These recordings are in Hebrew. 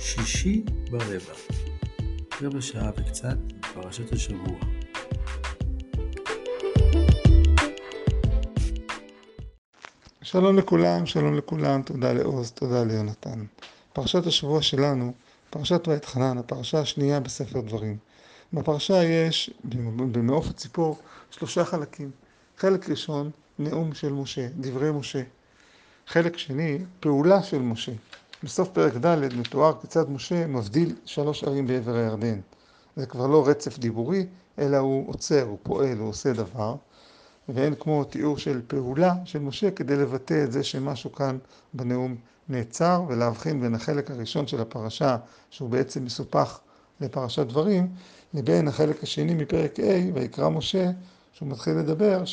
שישי ברבע, רבע שעה וקצת פרשת השבוע. שלום לכולם, תודה לעוז, תודה ליונתן. פרשת השבוע שלנו, פרשת ואתחנן, הפרשה השנייה בספר דברים. בפרשה יש במעוף הציפור 3 חלקים. חלק ראשון, נאום של משה, דברי משה. חלק שני, פעולה של משה. בסוף פרק ד' מתואר כיצד משה מבדיל 3 ערים בעבר הירדן. זה כבר לא רצף דיבורי, אלא הוא עוצר, הוא פועל, הוא עושה דבר. ואין כמו תיאור של פעולה של משה כדי לבטא את זה שמשהו כאן בנאום נעצר, ולהבחין בין החלק הראשון של הפרשה, שהוא בעצם מסופח לפרשת דברים, לבין החלק השני מפרק A, ויקרא משה, שהוא מתחיל לדבר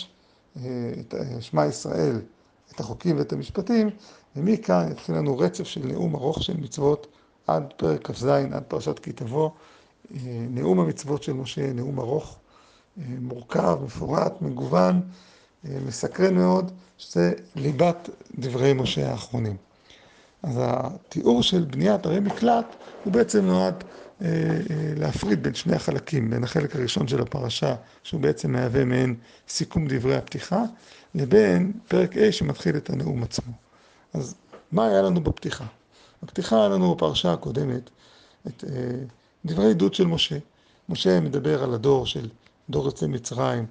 את שמע ישראל, את החוקים ואת המשפטים, ומכאן יתחיל לנו רצף של נאום ארוך של מצוות עד פרק כ"ז, עד פרשת כי תבוא. נאום המצוות של משה, נאום ארוך, מורכב, מפורט, מגוון, מסקרן מאוד, שזה ליבת דברי משה האחרונים. אז התיאור של בניית ערי מקלט הוא בעצם נועד להפריד בין שני החלקים, בין החלק הראשון של הפרשה, שהוא בעצם מהווה מעין סיכום דברי הפתיחה, לבין פרק A שמתחיל את הנאום עצמו. אז מה היה לנו בפתיחה? בפתיחה היה לנו בפרשה הקודמת את דברי עדות של משה. משה מדבר על הדור של דור יוצא מצרים,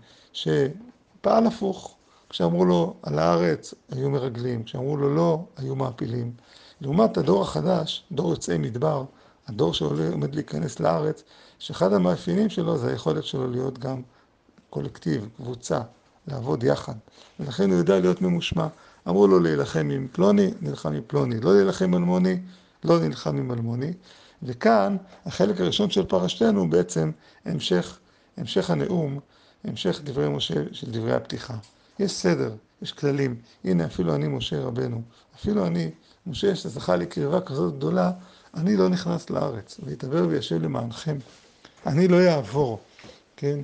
שפעל הפוך. כשאמרו לו על הארץ היו מרגלים, כשאמרו לו לא היו מעפילים. לעומת הדור החדש, דור יוצאי מדבר, הדור שעומד להיכנס לארץ, שאחד המאפיינים שלו זה היכולת שלו להיות גם קולקטיב, קבוצה, לעבוד יחד. ולכן הוא יודע להיות ממושמע. אמרו לו להילחם עם פלוני, נלחם עם פלוני. לא להילחם עם אלמוני, לא נלחם עם אלמוני. וכאן החלק הראשון של פרשתנו הוא בעצם המשך הנאום, המשך דברי משה של דברי הפתיחה. יש סדר, יש כללים. הנה אפילו אני משה רבנו, אפילו אני, משה שזכה לי קרבה כזאת גדולה, אני לא נכנס לארץ, ויתעבר וישב למענכם. אני לא יעבור, כן?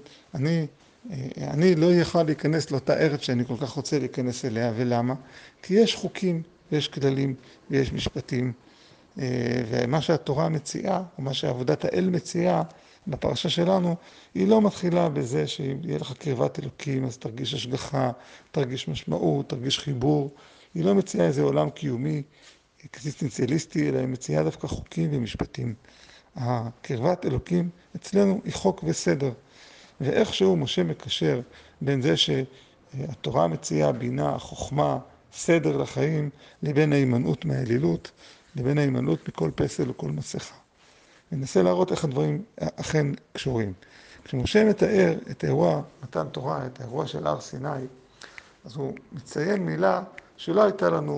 אני לא יכול להיכנס לאותה ארץ שאני כל כך רוצה להיכנס אליה, ולמה? כי יש חוקים, ויש כללים, ויש משפטים, ומה שהתורה מציעה, או מה שעבודת האל מציעה בפרשה שלנו, היא לא מתחילה בזה שיהיה לך קרבת אלוקים, אז תרגיש השגחה, תרגיש משמעות, תרגיש חיבור. היא לא מציעה איזה עולם קיומי, אקזיסטנציאליסטי, אלא היא מציעה דווקא חוקים ומשפטים. הקרבת אלוקים אצלנו היא חוק וסדר. ואיכשהו משה מקשר בין זה שהתורה מציעה בינה, חוכמה, סדר לחיים, לבין ההימנעות מהאלילות, לבין ההימנעות מכל פסל וכל מסכה. ננסה להראות איך הדברים אכן קשורים. כשמשה מתאר את האירוע מתן תורה, את האירוע של הר סיני, אז הוא מציין מילה שלא הייתה לנו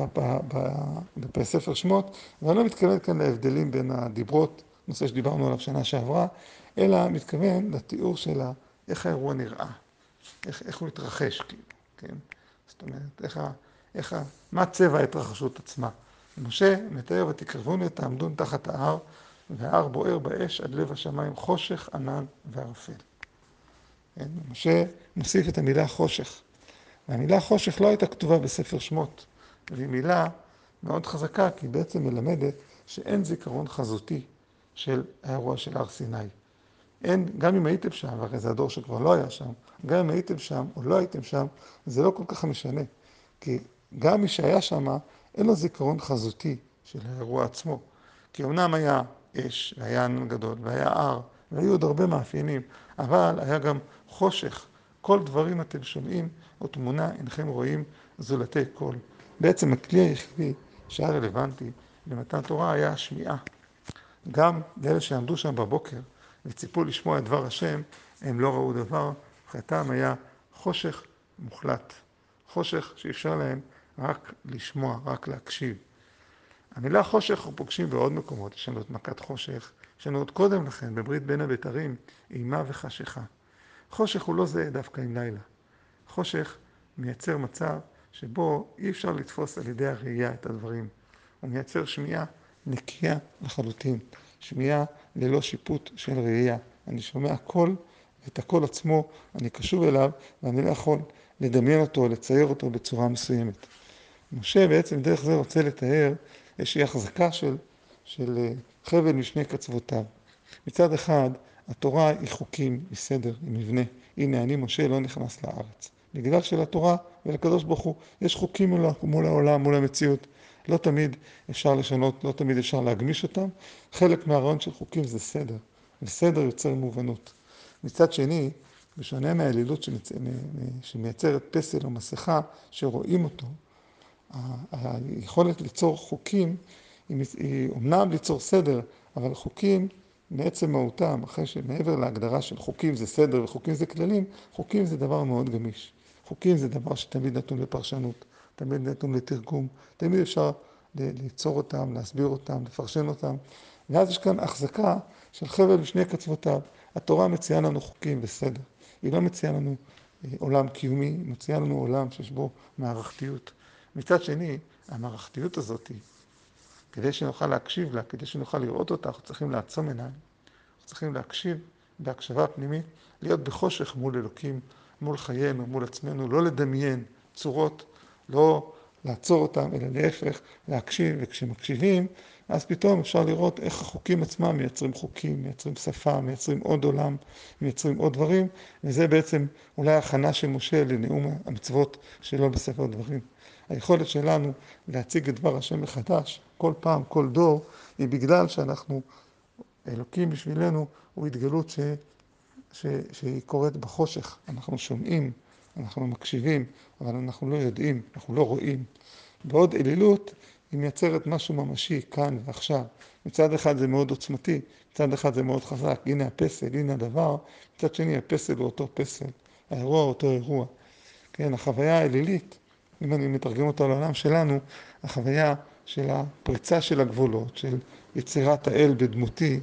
בספר שמות, ואני לא מתכוון כאן להבדלים בין הדיברות, נושא שדיברנו עליו שנה שעברה, אלא מתכוון לתיאור של איך האירוע נראה, איך הוא התרחש, כן? זאת אומרת, מה צבע ההתרחשות עצמה. משה מתאר ותקרבוני תעמדון תחת ההר, וההר בוער באש עד לב השמיים, חושך, ענן וערפל. כן? משה מוסיף את המילה חושך. והמילה חושך לא הייתה כתובה בספר שמות, והיא מילה מאוד חזקה, כי היא בעצם מלמדת שאין זיכרון חזותי של האירוע של הר סיני. אין, גם אם הייתם שם, והרי זה הדור שכבר לא היה שם, גם אם הייתם שם או לא הייתם שם, זה לא כל כך משנה. כי גם מי שהיה שם, אין לו זיכרון חזותי של האירוע עצמו. כי אמנם היה אש, והיה ענן גדול, והיה הר, והיו עוד הרבה מאפיינים, אבל היה גם חושך. כל דברים אתם שומעים, או תמונה אינכם רואים זולתי קול. בעצם הכלי היחידי שהיה רלוונטי למתן תורה היה השמיעה. גם לאלה שעמדו שם בבוקר וציפו לשמוע את דבר השם, הם לא ראו דבר, חטאם היה חושך מוחלט. חושך שאפשר להם רק לשמוע, רק להקשיב. המילה חושך אנחנו פוגשים בעוד מקומות, יש לנו את מכת חושך, יש לנו עוד קודם לכן, בברית בין הבתרים, אימה וחשיכה. חושך הוא לא זהה דווקא עם לילה. חושך מייצר מצב שבו אי אפשר לתפוס על ידי הראייה את הדברים. הוא מייצר שמיעה נקייה לחלוטין, שמיעה ללא שיפוט של ראייה. אני שומע קול, ואת הקול עצמו אני קשוב אליו, ואני לא יכול לדמיין אותו, לצייר אותו בצורה מסוימת. משה בעצם דרך זה רוצה לתאר איזושהי החזקה של חבל משני קצוותיו. מצד אחד, התורה היא חוקים, היא סדר, היא מבנה. הנה, אני משה לא נכנס לארץ. בגלל שלתורה ולקדוש ברוך הוא יש חוקים מול העולם, מול המציאות. לא תמיד אפשר לשנות, לא תמיד אפשר להגמיש אותם. חלק מהרעיון של חוקים זה סדר, וסדר יוצר מובנות. מצד שני, בשונה מהאלילות שמייצרת פסל או מסכה שרואים אותו, היכולת ליצור חוקים היא אומנם ליצור סדר, אבל חוקים מעצם מהותם, אחרי שמעבר להגדרה של חוקים זה סדר וחוקים זה כללים, חוקים זה דבר מאוד גמיש. חוקים זה דבר שתמיד נתון לפרשנות, תמיד נתון לתרגום, תמיד אפשר ליצור אותם, להסביר אותם, לפרשן אותם. ואז יש כאן החזקה של חבל משני קצוותיו. התורה מציעה לנו חוקים וסדר. היא לא מציעה לנו עולם קיומי, היא מציעה לנו עולם שיש בו מערכתיות. מצד שני, המערכתיות הזאת, כדי שנוכל להקשיב לה, כדי שנוכל לראות אותה, אנחנו צריכים לעצום עיניים. אנחנו צריכים להקשיב בהקשבה פנימית, להיות בחושך מול אלוקים, מול חיינו, מול עצמנו, לא לדמיין צורות, לא לעצור אותם, אלא להפך, להקשיב, וכשמקשיבים, אז פתאום אפשר לראות איך החוקים עצמם מייצרים חוקים, מייצרים שפה, מייצרים עוד עולם, מייצרים עוד דברים, וזה בעצם אולי הכנה של משה לנאום המצוות שלו בספר דברים. היכולת שלנו להציג את דבר השם מחדש, כל פעם, כל דור, היא בגלל שאנחנו, אלוקים בשבילנו, הוא התגלות שהיא קורית בחושך. אנחנו שומעים, אנחנו מקשיבים, אבל אנחנו לא יודעים, אנחנו לא רואים. בעוד אלילות היא מייצרת משהו ממשי, כאן ועכשיו. מצד אחד זה מאוד עוצמתי, מצד אחד זה מאוד חזק. הנה הפסל, הנה הדבר. מצד שני, הפסל הוא אותו פסל. האירוע הוא אותו אירוע. כן, החוויה האלילית, אם אני מתרגם אותה לעולם שלנו, החוויה של הפריצה של הגבולות, של יצירת האל בדמותי,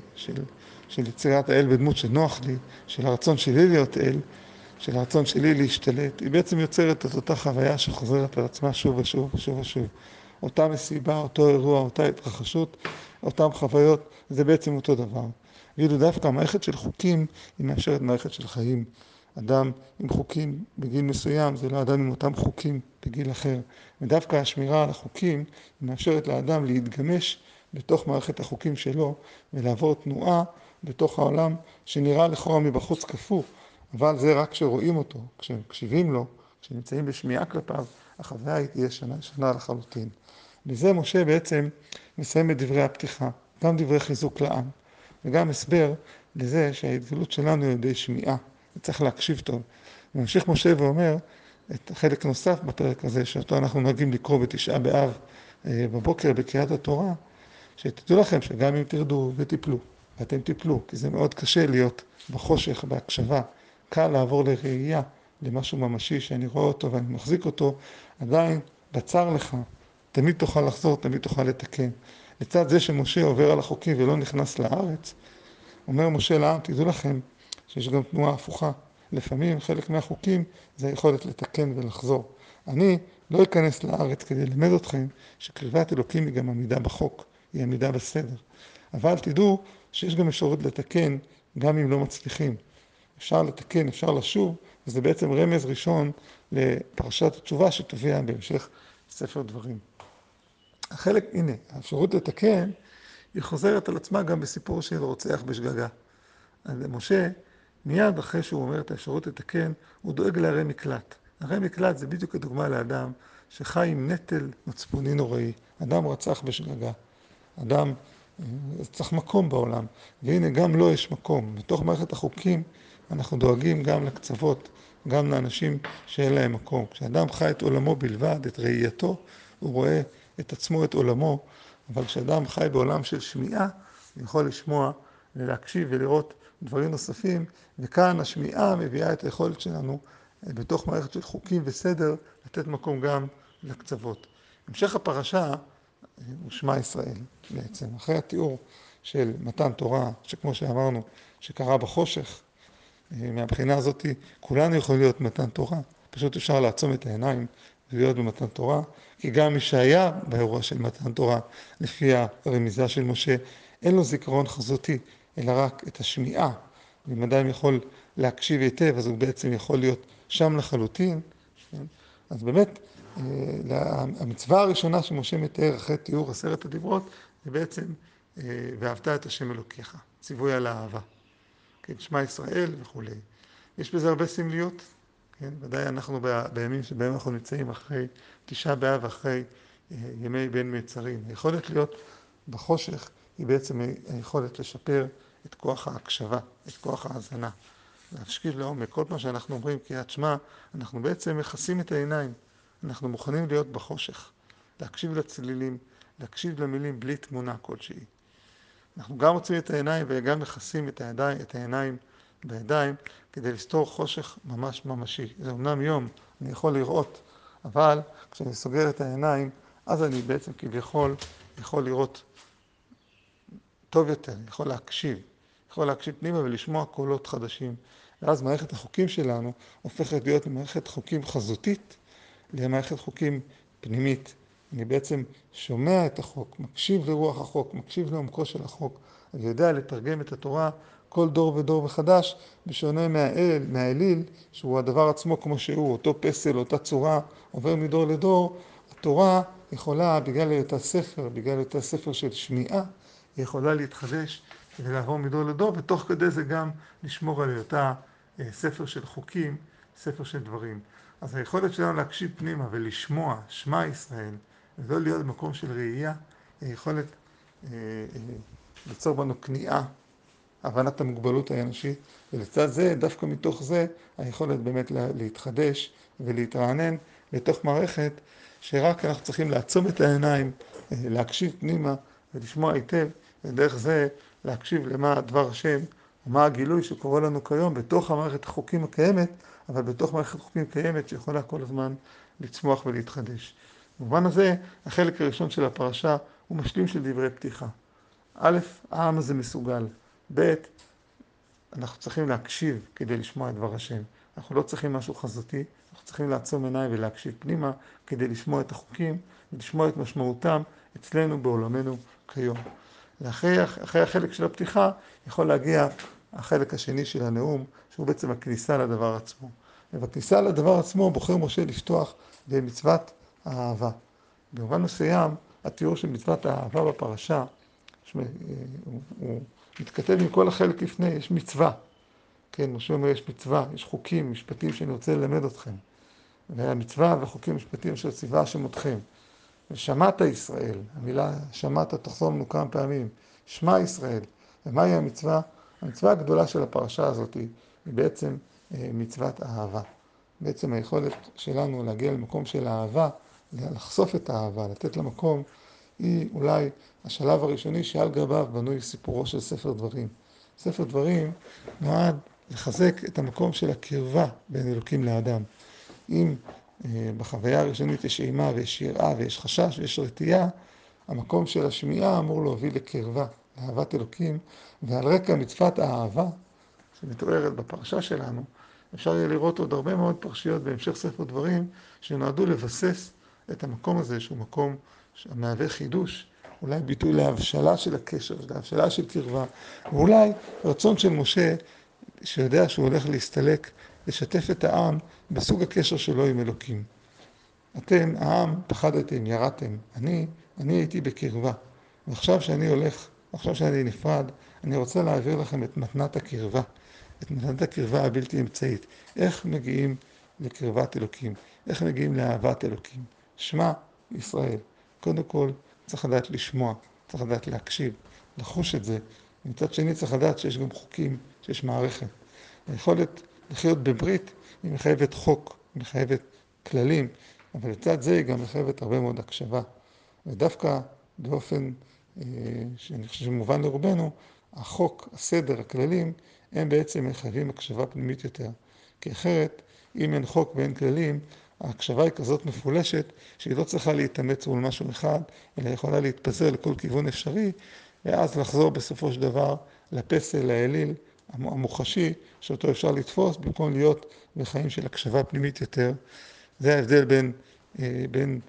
של יצירת האל בדמות שנוח לי, של הרצון שלי להיות אל, של הרצון שלי להשתלט, היא בעצם יוצרת את אותה חוויה שחוזרת על עצמה שוב ושוב ושוב ושוב. אותה מסיבה, אותו אירוע, אותה התרחשות, אותם חוויות, זה בעצם אותו דבר. ואילו דווקא המערכת של חוקים היא מאפשרת מערכת של חיים. אדם עם חוקים בגיל מסוים, זה לא אדם עם אותם חוקים בגיל אחר. ודווקא השמירה על החוקים מאפשרת לאדם להתגמש בתוך מערכת החוקים שלו, ולעבור תנועה בתוך העולם שנראה לכאורה מבחוץ כפוף, אבל זה רק כשרואים אותו, כשמקשיבים לו, כשנמצאים בשמיעה כלפיו, החוויה היא תהיה שונה לחלוטין. בזה משה בעצם מסיים את דברי הפתיחה, גם דברי חיזוק לעם, וגם הסבר לזה שההתגלות שלנו היא ידי שמיעה, וצריך להקשיב טוב. וממשיך משה ואומר את חלק נוסף בפרק הזה, שאותו אנחנו נוהגים לקרוא בתשעה באב בבוקר בקריאת התורה, שתדעו לכם שגם אם תרדו ותיפלו, ואתם תיפלו, כי זה מאוד קשה להיות בחושך, בהקשבה, קל לעבור לראייה, למשהו ממשי שאני רואה אותו ואני מחזיק אותו, עדיין בצר לך, תמיד תוכל לחזור, תמיד תוכל לתקן. לצד זה שמשה עובר על החוקים ולא נכנס לארץ, אומר משה לעם, תדעו לכם שיש גם תנועה הפוכה. לפעמים חלק מהחוקים זה היכולת לתקן ולחזור. אני לא אכנס לארץ כדי ללמד אתכם שקרבת אלוקים היא גם עמידה בחוק, היא עמידה בסדר. אבל תדעו שיש גם אפשרות לתקן גם אם לא מצליחים. אפשר לתקן, אפשר לשוב, וזה בעצם רמז ראשון לפרשת התשובה שתופיע בהמשך ספר דברים. החלק, הנה, האפשרות לתקן היא חוזרת על עצמה גם בסיפור של רוצח בשגגה. אז משה, מיד אחרי שהוא אומר את האפשרות לתקן, הוא דואג להרי מקלט. הרי מקלט זה בדיוק הדוגמה לאדם שחי עם נטל מצפוני נוראי. אדם רצח בשגגה. אדם צריך מקום בעולם. והנה גם לו יש מקום. בתוך מערכת החוקים אנחנו דואגים גם לקצוות, גם לאנשים שאין להם מקום. כשאדם חי את עולמו בלבד, את ראייתו, הוא רואה את עצמו, את עולמו. אבל כשאדם חי בעולם של שמיעה, הוא יכול לשמוע ולהקשיב ולראות דברים נוספים, וכאן השמיעה מביאה את היכולת שלנו בתוך מערכת של חוקים וסדר, לתת מקום גם לקצוות. המשך הפרשה הוא שמע ישראל בעצם. אחרי התיאור של מתן תורה, שכמו שאמרנו, שקרה בחושך, מהבחינה הזאת כולנו יכולים להיות מתן תורה. פשוט אפשר לעצום את העיניים ולהיות במתן תורה, כי גם מי שהיה באירוע של מתן תורה, לפי הרמיזה של משה, אין לו זיכרון חזותי, אלא רק את השמיעה. ואם אדם יכול להקשיב היטב, אז הוא בעצם יכול להיות שם לחלוטין. אז באמת, המצווה הראשונה שמשה מתאר אחרי תיאור 10 הדיברות, זה בעצם ואהבת את השם אלוקיך, ציווי על האהבה, כן, שמע ישראל וכו'. יש בזה הרבה סמליות, כן, ודאי אנחנו בימים שבהם אנחנו נמצאים אחרי תשעה באב, אחרי ימי בין מצרים. היכולת להיות בחושך היא בעצם היכולת לשפר את כוח ההקשבה, את כוח ההאזנה, להשקיב לעומק. כל פעם שאנחנו אומרים קריאת שמע, אנחנו בעצם מכסים את העיניים, אנחנו מוכנים להיות בחושך, להקשיב לצלילים, להקשיב למילים בלי תמונה כלשהי. אנחנו גם מוצאים את העיניים וגם מכסים את העיניים בידיים כדי לסתור חושך ממש ממשי. זה אומנם יום, אני יכול לראות, אבל כשאני סוגר את העיניים, אז אני בעצם כביכול יכול לראות טוב יותר, יכול להקשיב פנימה ולשמוע קולות חדשים. ואז מערכת החוקים שלנו הופכת להיות מערכת חוקים חזותית למערכת חוקים פנימית. אני בעצם שומע את החוק, מקשיב לרוח החוק, מקשיב לעומקו של החוק, אני יודע לתרגם את התורה כל דור ודור מחדש, בשונה מהאליל, שהוא הדבר עצמו כמו שהוא, אותו פסל, אותה צורה, עובר מדור לדור. התורה יכולה, בגלל היותה ספר של שמיעה, היא יכולה להתחדש ולעבור מדור לדור, ותוך כדי זה גם לשמור על היותה ספר של חוקים, ספר של דברים. אז היכולת שלנו להקשיב פנימה ולשמוע, שמע ישראל, ולא להיות במקום של ראייה, היא יכולת ליצור בנו כניעה, הבנת המוגבלות האנושית, ולצד זה, דווקא מתוך זה, היכולת באמת להתחדש ולהתרענן לתוך מערכת שרק אנחנו צריכים לעצום את העיניים, להקשיב פנימה ולשמוע היטב, ודרך זה להקשיב למה דבר השם, ומה הגילוי שקורה לנו כיום בתוך המערכת החוקים הקיימת, אבל בתוך מערכת חוקים קיימת שיכולה כל הזמן לצמוח ולהתחדש. במובן הזה, החלק הראשון של הפרשה הוא משלים של דברי פתיחה. א', העם הזה מסוגל. ב', אנחנו צריכים להקשיב כדי לשמוע את דבר השם. אנחנו לא צריכים משהו חזותי, אנחנו צריכים לעצום עיניים ולהקשיב פנימה כדי לשמוע את החוקים ולשמוע את משמעותם אצלנו בעולמנו כיום. ואחרי החלק של הפתיחה יכול להגיע החלק השני של הנאום, שהוא בעצם הכניסה לדבר עצמו. ובכניסה לדבר עצמו בוחר משה לפתוח במצוות האהבה. במובן מסוים, התיאור של מצוות האהבה בפרשה, הוא מתכתב עם כל החלק לפני, יש מצווה. כן, משה אומר, יש מצווה, יש חוקים, משפטים שאני רוצה ללמד אתכם. והמצווה והחוקים משפטים אשר ציווה השם אתכם. ושמעת ישראל, המילה שמעת תחזור לנו כמה פעמים, שמע ישראל. ומהי המצווה? המצווה הגדולה של הפרשה הזאת היא בעצם מצוות אהבה. בעצם היכולת שלנו להגיע למקום של אהבה, לחשוף את האהבה, לתת לה מקום, היא אולי השלב הראשוני שעל גביו בנוי סיפורו של ספר דברים. ספר דברים נועד לחזק את המקום של הקרבה בין אלוקים לאדם. אם בחוויה הראשונית יש אימה ויש יראה ויש חשש ויש רתיעה, המקום של השמיעה אמור להוביל לקרבה, לאהבת אלוקים, ועל רקע מצוות האהבה שמתוארת בפרשה שלנו, אפשר יהיה לראות עוד הרבה מאוד פרשיות בהמשך ספר דברים שנועדו לבסס את המקום הזה, שהוא מקום שמהווה חידוש, אולי ביטוי להבשלה של הקשר, להבשלה של קרבה, ואולי רצון של משה שיודע שהוא הולך להסתלק, לשתף את העם בסוג הקשר שלו עם אלוקים. אתם, העם, פחדתם, ירדתם, אני הייתי בקרבה, ועכשיו שאני הולך, עכשיו שאני נפרד, אני רוצה להעביר לכם את מתנת הקרבה, את מתנת הקרבה הבלתי אמצעית. איך מגיעים לקרבת אלוקים? איך מגיעים לאהבת אלוקים? שמע ישראל. קודם כל צריך לדעת לשמוע, צריך לדעת להקשיב, לחוש את זה. מצד שני צריך לדעת שיש גם חוקים, שיש מערכת. היכולת לחיות בברית היא מחייבת חוק, היא מחייבת כללים, אבל לצד זה היא גם מחייבת הרבה מאוד הקשבה. ודווקא באופן שאני חושב שמובן לרובנו, החוק, הסדר, הכללים, הם בעצם מחייבים הקשבה פנימית יותר. כי אחרת, אם אין חוק ואין כללים, ההקשבה היא כזאת מפולשת, שהיא לא צריכה להתאמץ מול משהו אחד, אלא יכולה להתפזר לכל כיוון אפשרי, ואז לחזור בסופו של דבר לפסל, לאליל, המוחשי, שאותו אפשר לתפוס, במקום להיות בחיים של הקשבה פנימית יותר. זה ההבדל בין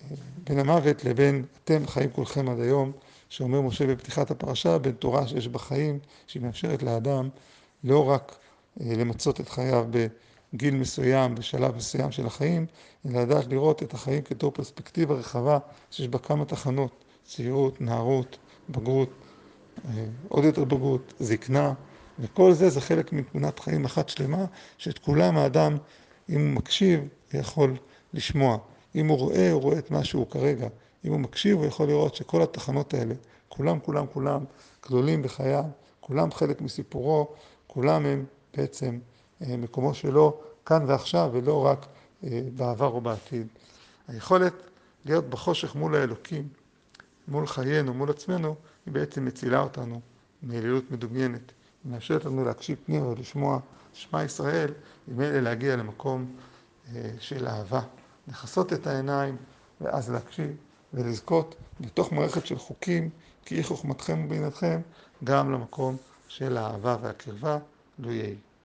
המוות לבין אתם חיים כולכם עד היום, שאומר משה בפתיחת הפרשה, בין תורה שיש בחיים, שהיא מאפשרת לאדם לא רק למצות את חייו בגיל מסוים, בשלב מסוים של החיים, אלא לדעת לראות את החיים כתור פרספקטיבה רחבה, שיש בה כמה תחנות, צעירות, נערות, בגרות, עוד יותר בגרות, זקנה, וכל זה חלק מתמונת חיים אחת שלמה, שאת כולם האדם, אם הוא מקשיב, יכול לשמוע. אם הוא רואה את מה שהוא כרגע. אם הוא מקשיב, הוא יכול לראות שכל התחנות האלה, כולם כלולים בחייו, כולם חלק מסיפורו, כולם הם בעצם מקומו שלו כאן ועכשיו, ולא רק בעבר או בעתיד. היכולת להיות בחושך מול האלוקים, מול חיינו, מול עצמנו, היא בעצם מצילה אותנו מאלילות מדומיינת. היא מאפשרת לנו להקשיב פנימה ולשמוע שמע ישראל, וממילא להגיע למקום של אהבה. לכסות את העיניים ואז להקשיב ולזכות בתוך מערכת של חוקים, כי היא חוכמתכם ובינתכם, גם למקום של האהבה והקרבה, לו יהי.